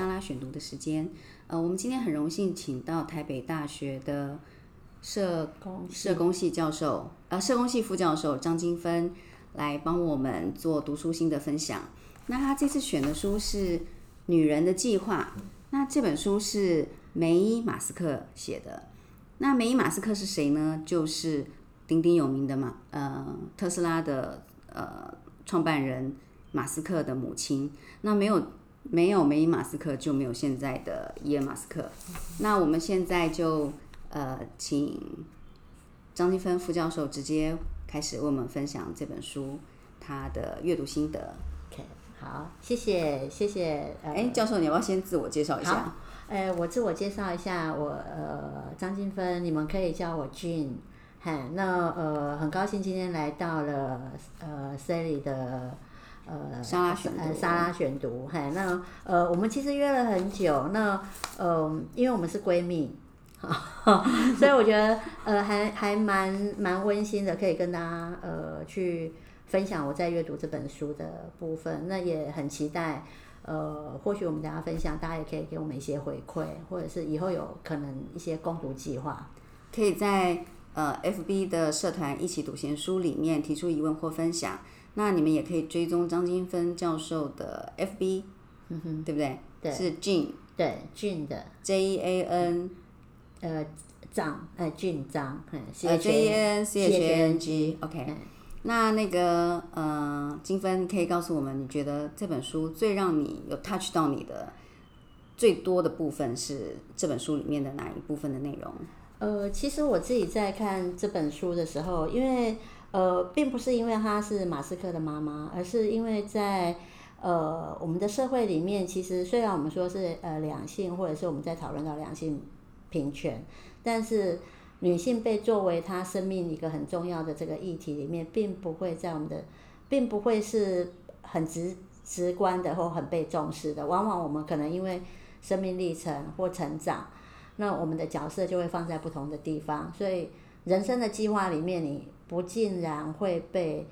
莎拉选读的时间。我们今天很荣幸请到台北大学的社工系教授，社工系副教授张金芬来帮我们做读书心得分享。那他这次选的书是《女人的计划》，那这本书是梅伊马斯克写的。那梅伊马斯克是谁呢？就是鼎鼎有名的特斯拉的创办人马斯克的母亲。那没有梅伊马斯克，就没有现在的伊恩马斯克。那我们现在就请张金芬副教授直接开始为我们分享这本书他的阅读心得。 OK， 好，谢谢。 教授，你要不要先自我介绍一下？ 我自我介绍一下，我张金芬，你们可以叫我 Jean。那很高兴今天来到了Sally 的莎拉选读。那我们其实约了很久，那因为我们是闺蜜，所以我觉得还蛮温馨的，可以跟大家去分享我在阅读这本书的部分。那也很期待或许我们大家分享，大家也可以给我们一些回馈，或者是以后有可能一些共读计划， 可以在FB 的社团一起读闲书里面提出疑问或分享。那你们也可以追踪张金芬教授的 FB，对不对？ 对， 是 Jean， 对 Jean 的 JEAN， Jean 张 ，JEAN CHANG，OK。那个金芬可以告诉我们，你觉得这本书最让你有 touch 到你的最多的部分是这本书里面的哪一部分的内容？ 其实我自己在看这本书的时候，因为并不是因为她是马斯克的妈妈，而是因为在我们的社会里面，其实虽然我们说是两性，或者是我们在讨论到两性平权，但是女性被作为她生命一个很重要的这个议题里面，并不会是很直观的或很被重视的。往往我们可能因为生命历程或成长，那我们的角色就会放在不同的地方，所以人生的计划里面，你不尽然会被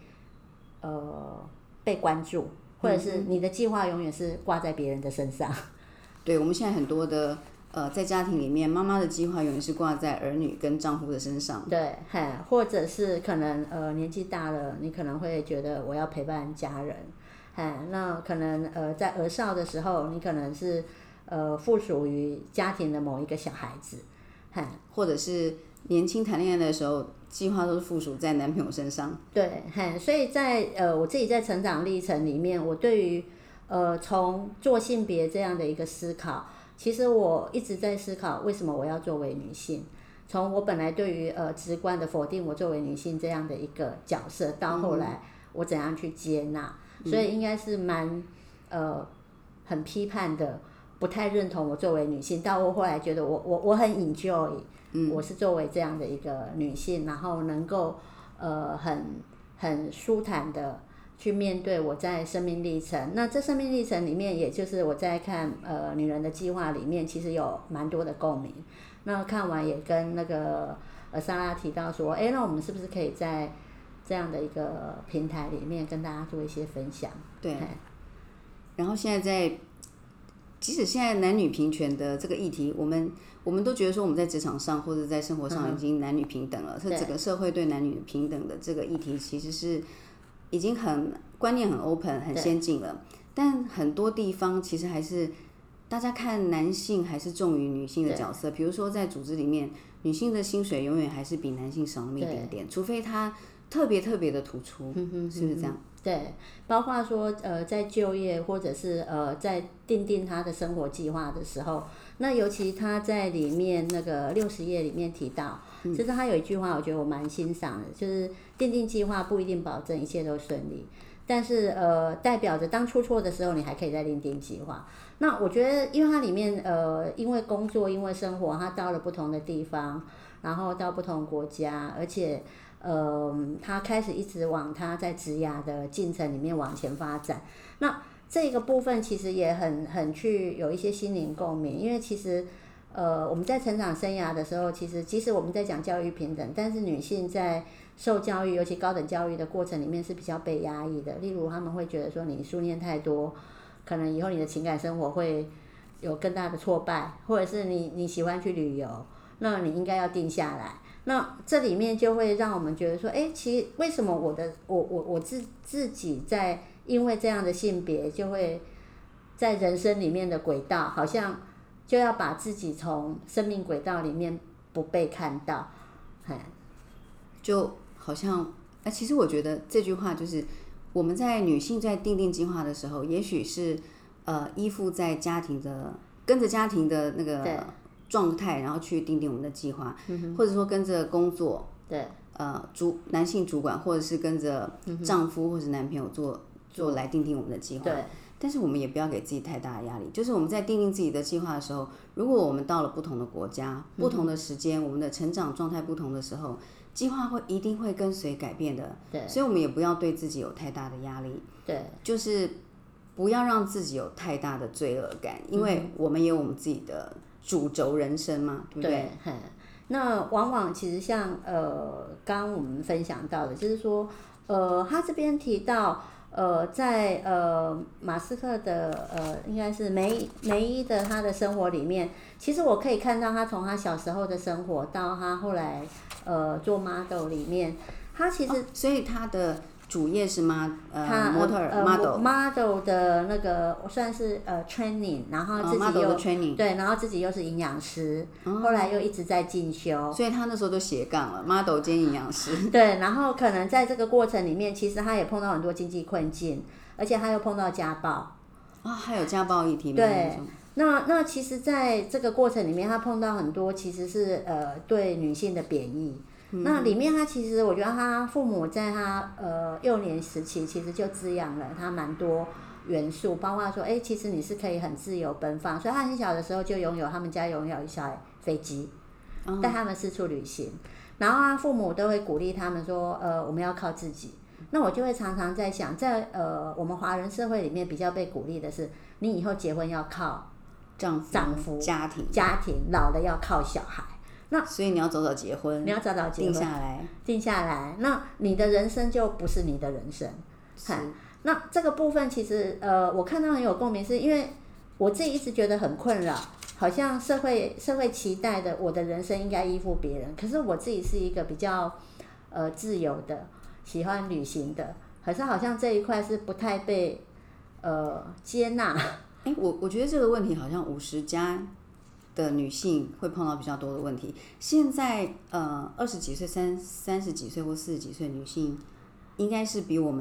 关注，或者是你的计划永远是挂在别人的身上。 对，我们现在很多的在家庭里面，妈妈的计划永远是挂在儿女跟丈夫的身上。 对，或者是可能年纪大了，你可能会觉得我要陪伴家人，那可能在儿少的时候，你可能是附属于家庭的某一个小孩子， 或者是年轻谈恋爱的时候，计划都是附属在男朋友身上。 对，所以在我自己在成长历程里面，我对于从做性别这样的一个思考，其实我一直在思考为什么我要作为女性。从我本来对于直观的否定我作为女性这样的一个角色，到后来我怎样去接纳，所以应该是蛮很批判的，不太认同我作为女性，到我后来觉得我很 enjoy，我是作为这样的一个女性，然后能够很舒坦的去面对我在生命历程。那这生命历程里面，也就是我在看女人的计划里面，其实有蛮多的共鸣。那看完也跟那个莎拉提到说，那我们是不是可以在这样的一个平台里面跟大家做一些分享？ 对。然后即使现在男女平权的这个议题，我们都觉得说我们在职场上或者在生活上已经男女平等了，是整个社会对男女平等的这个议题其实是已经观念很 open 很先进了，但很多地方其实还是大家看男性还是重于女性的角色，比如说在组织里面，女性的薪水永远还是比男性少那么一点点，除非他特别的突出，是不是这样？ 对，包括说在就业或者是在定他的生活计划的时候，那尤其他在里面那个60页里面提到，其实他有一句话我觉得我蛮欣赏的，就是定计划不一定保证一切都顺利，但是代表着当出错的时候，你还可以再另定计划。那我觉得因为它里面因为工作因为生活，他到了不同的地方，然后到不同国家，而且他开始一直往他在职涯的进程里面往前发展。那这个部分其实也很去有一些心灵共鸣，因为其实我们在成长生涯的时候，其实即使我们在讲教育平等，但是女性在受教育，尤其高等教育的过程里面是比较被压抑的。例如他们会觉得说你书念太多，可能以后你的情感生活会有更大的挫败，或者是你喜欢去旅游，那你应该要定下来。那这里面就会让我们觉得说，其实为什么我自己在因为这样的性别，就会在人生里面的轨道，好像就要把自己从生命轨道里面不被看到， 就好像，其实我觉得这句话就是我们在女性在订定计划的时候，也许是依附在家庭的，跟着家庭的那个状态，然后去订定我们的计划，或者说跟着工作， 对， 男性主管，或者是跟着丈夫或者男朋友做来订定我们的计划。 对。 但是我们也不要给自己太大的压力，就是我们在订定自己的计划的时候，如果我们到了不同的国家、不同的时间，我们的成长状态不同的时候，计划一定会跟随改变的。 对， 所以我们也不要对自己有太大的压力。 对， 就是不要让自己有太大的罪恶感，因为我们也有我们自己的主轴人生嘛，对不对？ 对，那往往其实像刚刚我们分享到的，就是说他这边提到。在马斯克的应该是梅伊的他的生活里面，其实我可以看到他从他小时候的生活到他后来做 model 里面，他其实所以他的主业是模特儿 model 的那个算是training， 然后自己又 training， 对，然后自己又是营养师，后来又一直在进修， 所以他那时候就斜杠了 model 兼营养师。 对，然后可能在这个过程里面，其实他也碰到很多经济困境，而且他又碰到家暴还有家暴议题吗？ 对，那其实在这个过程里面，他碰到很多其实是对女性的贬义。那里面他其实我觉得他父母在他幼年时期其实就滋养了他蛮多元素，包括说其实你是可以很自由奔放，所以他很小的时候就他们家拥有一台飞机，带他们四处旅行，然后他父母都会鼓励他们说我们要靠自己。那我就会常常在想，在我们华人社会里面比较被鼓励的是，你以后结婚要靠丈夫家庭， 老了要靠小孩。那所以你要早早结婚， 你要早早结婚，定下来，那你的人生就不是你的人生。那这个部分其实我看到很有共鸣，是因为我自己一直觉得很困扰，好像社会期待的我的人生应该依附别人，可是我自己是一个比较自由的，喜欢旅行的，可是好像这一块是不太被接纳。 我觉得这个问题好像50+的女性会碰到比较多的问题。现在20几岁、30几岁或40几岁的女性，应该是比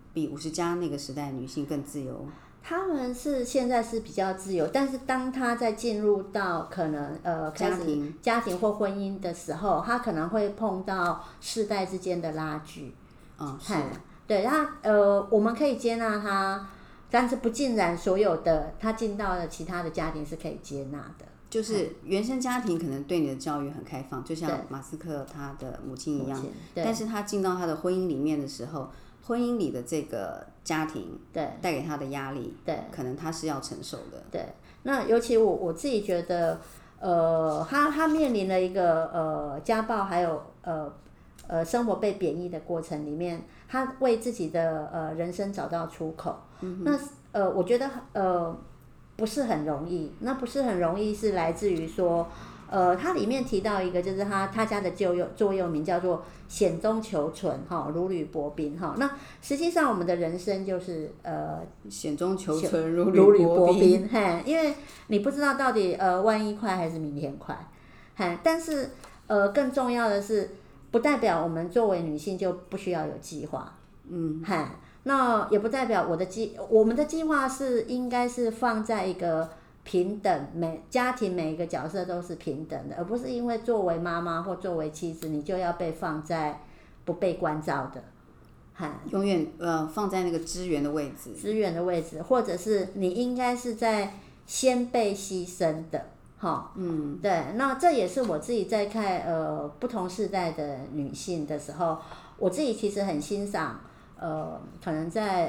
50+那个时代的女性更自由。 他们现在是比较自由，但是当他在进入到可能家庭或婚姻的时候，他可能会碰到世代之间的拉锯。 是。 对，我们可以接纳他，但是不尽然所有的他进到了其他的家庭是可以接纳的。 就是原生家庭可能对你的教育很开放，就像马斯克他的母亲一样，但是他进到他的婚姻里面的时候，婚姻里的这个家庭带给他的压力，可能他是要承受的。 对，那尤其我自己觉得，他面临了一个家暴，还有生活被贬义的过程里面，他为自己的人生找到出口。那我觉得不是很容易，那不是很容易是来自于说，它里面提到一个就是他家的座右铭叫做险中求存，如履薄冰，那实际上我们的人生就是险中求存，如履薄冰，因为你不知道到底万一快还是明天快，但是更重要的是，不代表我们作为女性就不需要有计划，那也不代表我们的计划应该是放在一个平等，家庭每一个角色都是平等的，而不是因为作为妈妈或作为妻子，你就要被放在不被关照的， 永远放在那个支援的位置， 或者是你应该是在先被牺牲的，对，那这也是我自己在看不同世代的女性的时候，我自己其实很欣赏。可能在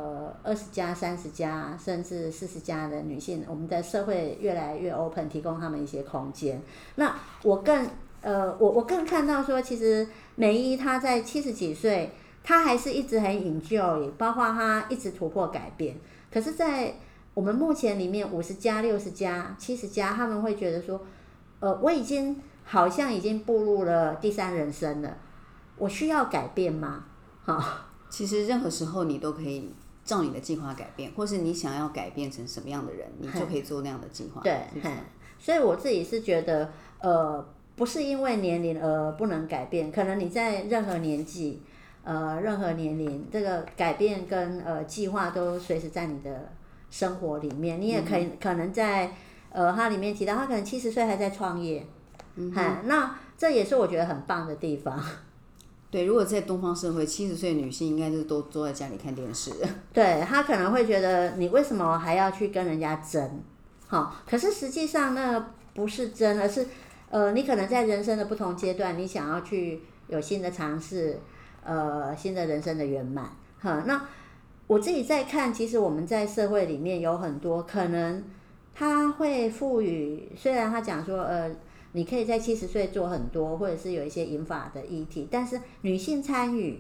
20+、30+，甚至40+的女性，我们的社会越来越 open， 提供他们一些空间。那我更看到说，其实梅伊她在70几岁，她还是一直很 enjoy， 包括她一直突破改变。可是在我们目前里面50+、60+、70+，他们会觉得说，我已经好像已经步入了第三人生了，我需要改变吗？ 其实任何时候你都可以照你的计划改变，或是你想要改变成什么样的人，你就可以做那样的计划。 对，所以我自己是觉得，不是因为年龄而不能改变，可能你在任何年纪，任何年龄，这个改变跟计划都随时在你的生活里面。你也可能在它里面提到，他可能70岁还在创业，那这也是我觉得很棒的地方。 对，如果在东方社会，70岁的女性应该就是都坐在家里看电视。 对，他可能会觉得你为什么还要去跟人家争？可是实际上那不是争，而是你可能在人生的不同阶段，你想要去有新的尝试，新的人生的圆满。那我自己在看，其实我们在社会里面有很多可能他会赋予，虽然他讲说你可以在70岁做很多，或者是有一些引法的议题，但是女性参与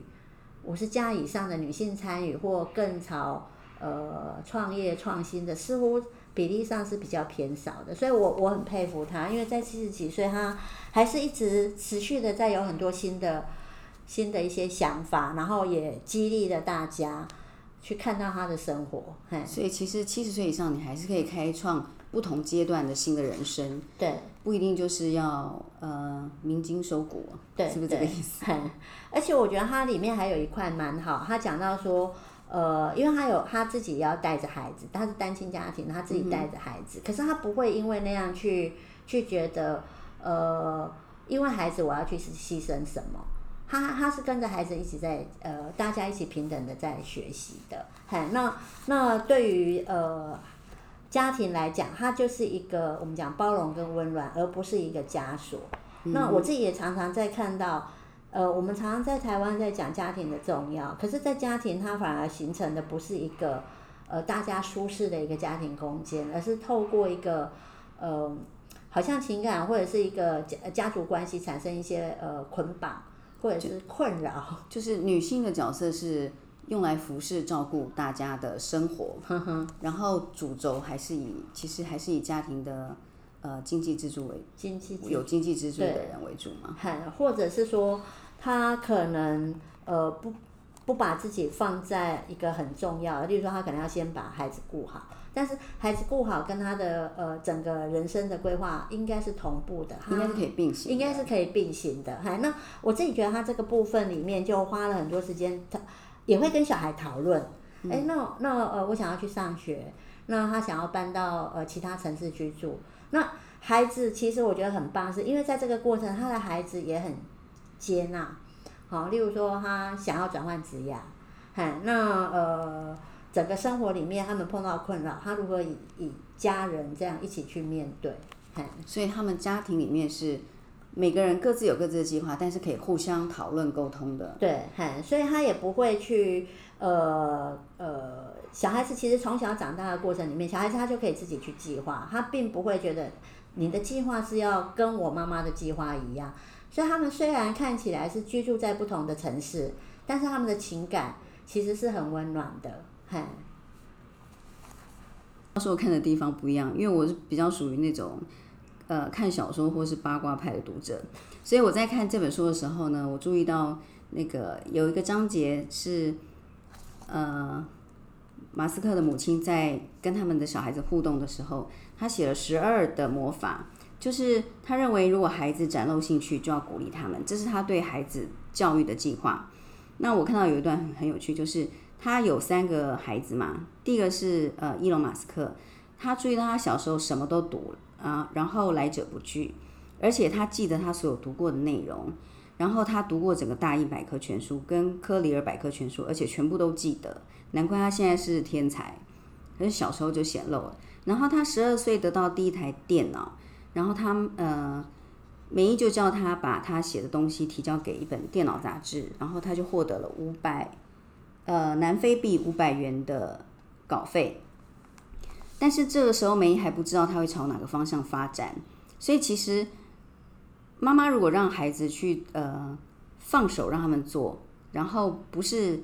50+以上的女性参与或更朝创业创新的，似乎比例上是比较偏少的，所以我很佩服她，因为在70几岁，她还是一直持续的在有很多新的一些想法，然后也激励了大家去看到她的生活。 所以其实70岁以上，你还是可以开创不同阶段的新的人生。 对， 不一定就是要鸣金收股， 对， 是不是这个意思？ 而且我觉得它里面还有一块蛮好，他讲到说。因为他自己要带着孩子，他是单亲家庭，他自己带着孩子，可是他不会因为那样去觉得，因为孩子我要去牺牲什么，他是跟着孩子一起在大家一起平等的在学习的。那对于家庭来讲，它就是一个我们讲包容跟温暖，而不是一个枷锁。那我自己也常常在看到。我们常常在台湾在讲家庭的重要，可是，在家庭它反而形成的不是一个大家舒适的一个家庭空间，而是透过一个好像情感或者是一个家族关系产生一些捆绑或者是困扰。 就是女性的角色是用来服侍照顾大家的生活，然后主轴其实还是以家庭的经济支柱为有经济支柱的人为主嘛， 或者是说。他可能不把自己放在一个很重要的，例如说他可能要先把孩子顾好，但是孩子顾好跟他的整个人生的规划应该是同步的， 应该是可以并行的， 应该是可以并行的。那我自己觉得他这个部分里面就花了很多时间，他也会跟小孩讨论。那我想要去上学，那他想要搬到其他城市居住，那孩子其实我觉得很棒，是因为在这个过程，他的孩子也很。接纳，例如说他想要转换职业，那整个生活里面他们碰到困扰，他如何以家人这样一起去面对， 所以他们家庭里面是每个人各自有各自的计划，但是可以互相讨论沟通的。 对，所以他也不会去小孩子其实从小长大的过程里面，小孩子他就可以自己去计划，他并不会觉得你的计划是要跟我妈妈的计划一样。所以他们虽然看起来是居住在不同的城市，但是他们的情感其实是很温暖的。 说我看的地方不一样，因为我是比较属于那种看小说或是八卦派的读者，所以我在看这本书的时候呢，我注意到那个有一个章节是马斯克的母亲在跟他们的小孩子互动的时候，他写了12的魔法。就是他认为，如果孩子展露兴趣，就要鼓励他们，这是他对孩子教育的计划。那我看到有一段很有趣，就是他有3个孩子嘛，第一个是伊隆马斯克，他注意到他小时候什么都读然后来者不拒，而且他记得他所有读过的内容，然后他读过整个大英百科全书跟科里尔百科全书，而且全部都记得，难怪他现在是天才，可是小时候就显露了。然后他12岁得到第一台电脑。然后他美伊就叫他把他写的东西提交给一本电脑杂志，然后他就获得了南非币500元的稿费。但是这个时候美伊还不知道他会朝哪个方向发展，所以其实妈妈如果让孩子去放手让他们做，然后不是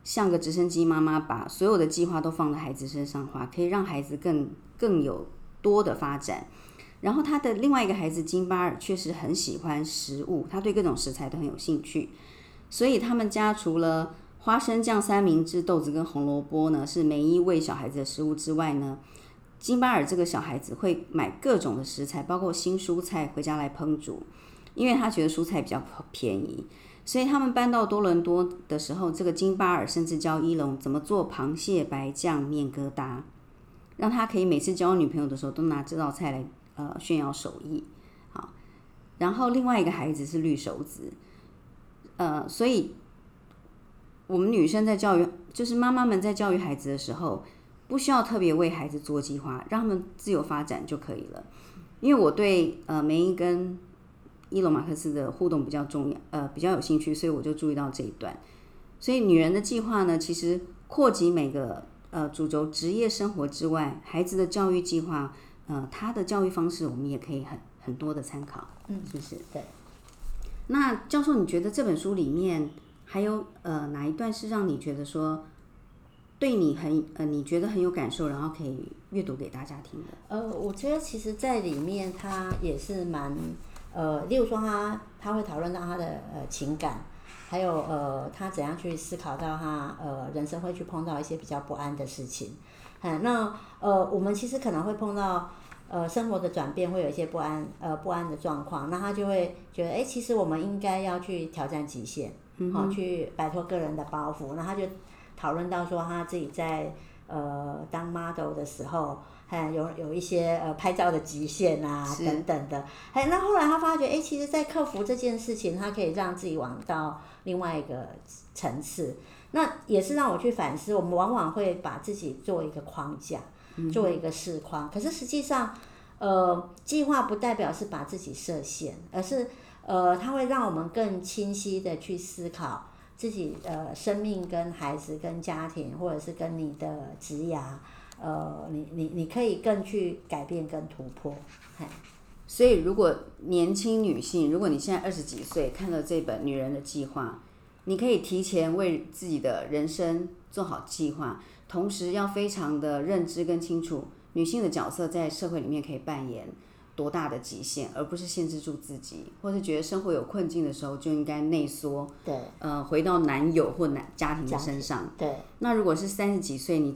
像个直升机妈妈，把所有的计划都放在孩子身上的话，可以让孩子更有多的发展。然后他的另外一个孩子金巴尔确实很喜欢食物，他对各种食材都很有兴趣，所以他们家除了花生酱三明治、豆子跟红萝卜呢是唯一喂小孩子的食物之外呢，金巴尔这个小孩子会买各种的食材，包括新蔬菜回家来烹煮，因为他觉得蔬菜比较便宜。所以他们搬到多伦多的时候，这个金巴尔甚至教伊隆怎么做螃蟹白酱面疙瘩，让他可以每次交女朋友的时候都拿这道菜来炫耀手艺。好，然后另外一个孩子是绿手指，所以我们女生在教育，就是妈妈们在教育孩子的时候，不需要特别为孩子做计划，让他们自由发展就可以了。因为我对梅姨跟伊隆马克思的互动比较重要，比较有兴趣，所以我就注意到这一段。所以女人的计划呢，其实扩及每个主轴职业生活之外，孩子的教育计划，他的教育方式我们也可以很多的参考，是不是？ 对。 那教授，你觉得这本书里面还有哪一段是让你觉得说对你你觉得很有感受，然后可以阅读给大家听的？ 我觉得其实在里面他也是蛮例如说他会讨论到他的情感，还有他怎样去思考到他人生会去碰到一些比较不安的事情。那我们其实可能会碰到生活的转变，会有一些不安的状况，那他就会觉得其实我们应该要去挑战极限，去摆脱个人的包袱。那他就讨论到说他自己在当 model 的时候，有一些拍照的极限啊等等的。那后来他发觉其实在克服这件事情，他可以让自己往到另外一个层次。那也是让我去反思，我们往往会把自己做一个框架，做一个视框，可是实际上计划不代表是把自己设限，而是它会让我们更清晰的去思考自己生命跟孩子跟家庭，或者是跟你的职涯，你可以更去改变跟突破。 所以如果年轻女性，如果你现在20几岁看了这本《女人的计划》，你可以提前为自己的人生做好计划，同时要非常的认知跟清楚女性的角色在社会里面可以扮演多大的极限，而不是限制住自己，或是觉得生活有困境的时候就应该内缩， 对， 回到男友或家庭的身上。 对。 那如果是30几岁，你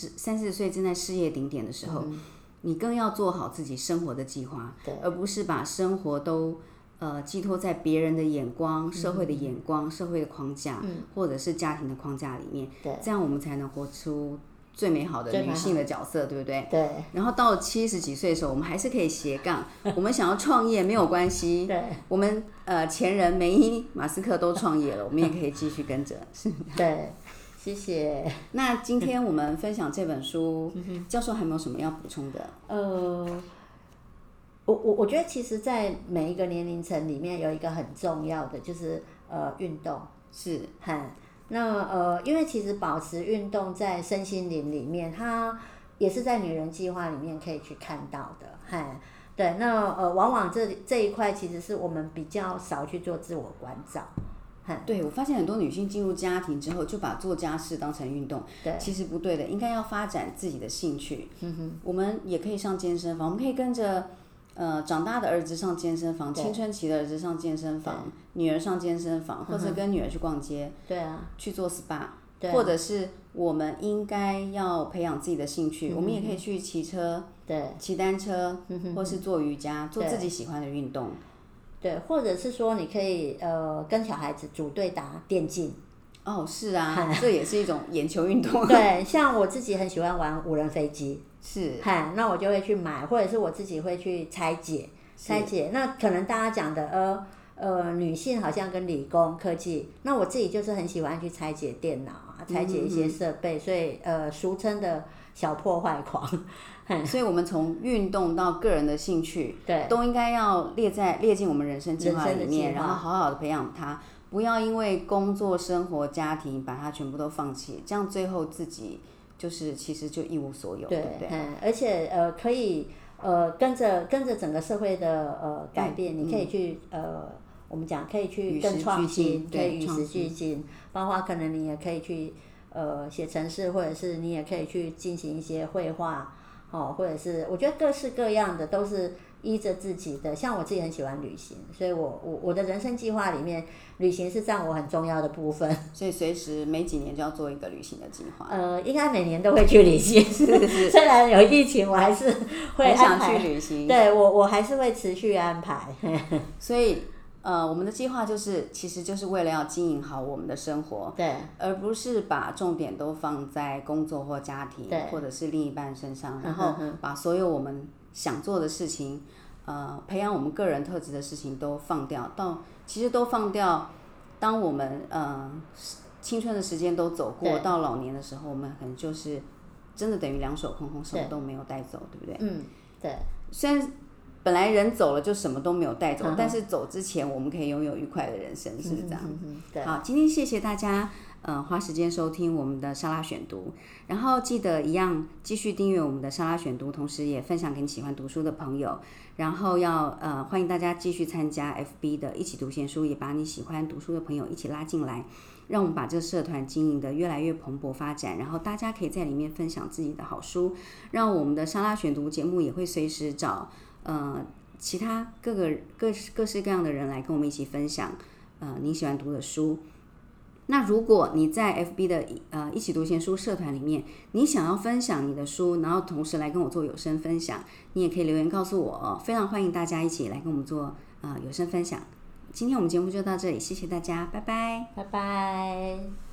30岁正在事业顶点的时候，你更要做好自己生活的计划，而不是把生活都寄托在别人的眼光、社会的眼光、社会的框架，或者是家庭的框架里面。这样我们才能活出最美好的女性的角色，对不对？ 对。 然后到了70几岁的时候，我们还是可以斜杠。我们想要创业没有关系， 对。 我们前人梅伊、马斯克都创业了，我们也可以继续跟着。 对，谢谢。 那今天我们分享这本书，教授还有没有什么要补充的？ 我觉得其实在每一个年龄层里面有一个很重要的就是运动。 是。 那因为其实保持运动在身心灵里面，它也是在女人计划里面可以去看到的。对，那往往这一块其实是我们比较少去做自我关照。 对，我发现很多女性进入家庭之后，就把做家事当成运动，其实不对的，应该要发展自己的兴趣。我们也可以上健身房，我们可以跟着长大的儿子上健身房，青春期的儿子上健身房，女儿上健身房，或者跟女儿去逛街， 对啊， 去做 SPA，或者是我们应该要培养自己的兴趣，我们也可以去骑车，骑单车，或是做瑜伽，做自己喜欢的运动。 对，或者是说你可以跟小孩子组队打电竞。 是啊，这也是一种眼球运动。 对，像我自己很喜欢玩无人飞机， 是， 那我就会去买，或者是我自己会去拆解。那可能大家讲的女性好像跟理工科技，那我自己就是很喜欢去拆解电脑啊，拆解一些设备，所以俗称的小破坏狂。 所以我们从运动到个人的兴趣，都应该要列进我们人生计划里面，然后好好的培养它，不要因为工作、生活、家庭把它全部都放弃，这样最后自己就是其实就一无所有，对不对？ 而且可以跟着整个社会的改变，你可以去我们讲可以去更创新，可以与时俱进，包括可能你也可以去写程式，或者是你也可以去进行一些绘画，或者是我觉得各式各样的都是依着自己的。像我自己很喜欢旅行，所以我的人生计划里面，旅行是占我很重要的部分。 所以随时每几年就要做一个旅行的计划。 应该每年都会去旅行。是虽然有疫情，我还是会安排。 很想去旅行。 对，我还是会持续安排。 所以我们的计划其实就是为了要经营好我们的生活， 对， 而不是把重点都放在工作或家庭，或者是另一半身上，然后把所有我们想做的事情，培养我们个人特质的事情都放掉，其实都放掉。当我们青春的时间都走过，到老年的时候，我们可能就是真的等于两手空空，什么都没有带走，对不对？ 嗯，对。 虽然本来人走了就什么都没有带走，但是走之前我们可以拥有愉快的人生，是不是这样？ 对。 好，今天谢谢大家花时间收听我们的莎拉选读，然后记得一样继续订阅我们的莎拉选读，同时也分享给你喜欢读书的朋友，然后要欢迎大家继续参加 FB 的一起读闲书，也把你喜欢读书的朋友一起拉进来，让我们把这个社团经营的越来越蓬勃发展，然后大家可以在里面分享自己的好书，让我们的莎拉选读节目也会随时找其他各式各样的人来跟我们一起分享你喜欢读的书。那如果你在 FB 的一起读闲书社团里面，你想要分享你的书，然后同时来跟我做有声分享，你也可以留言告诉我非常欢迎大家一起来跟我们做有声分享。今天我们节目就到这里，谢谢大家，拜拜， 拜拜。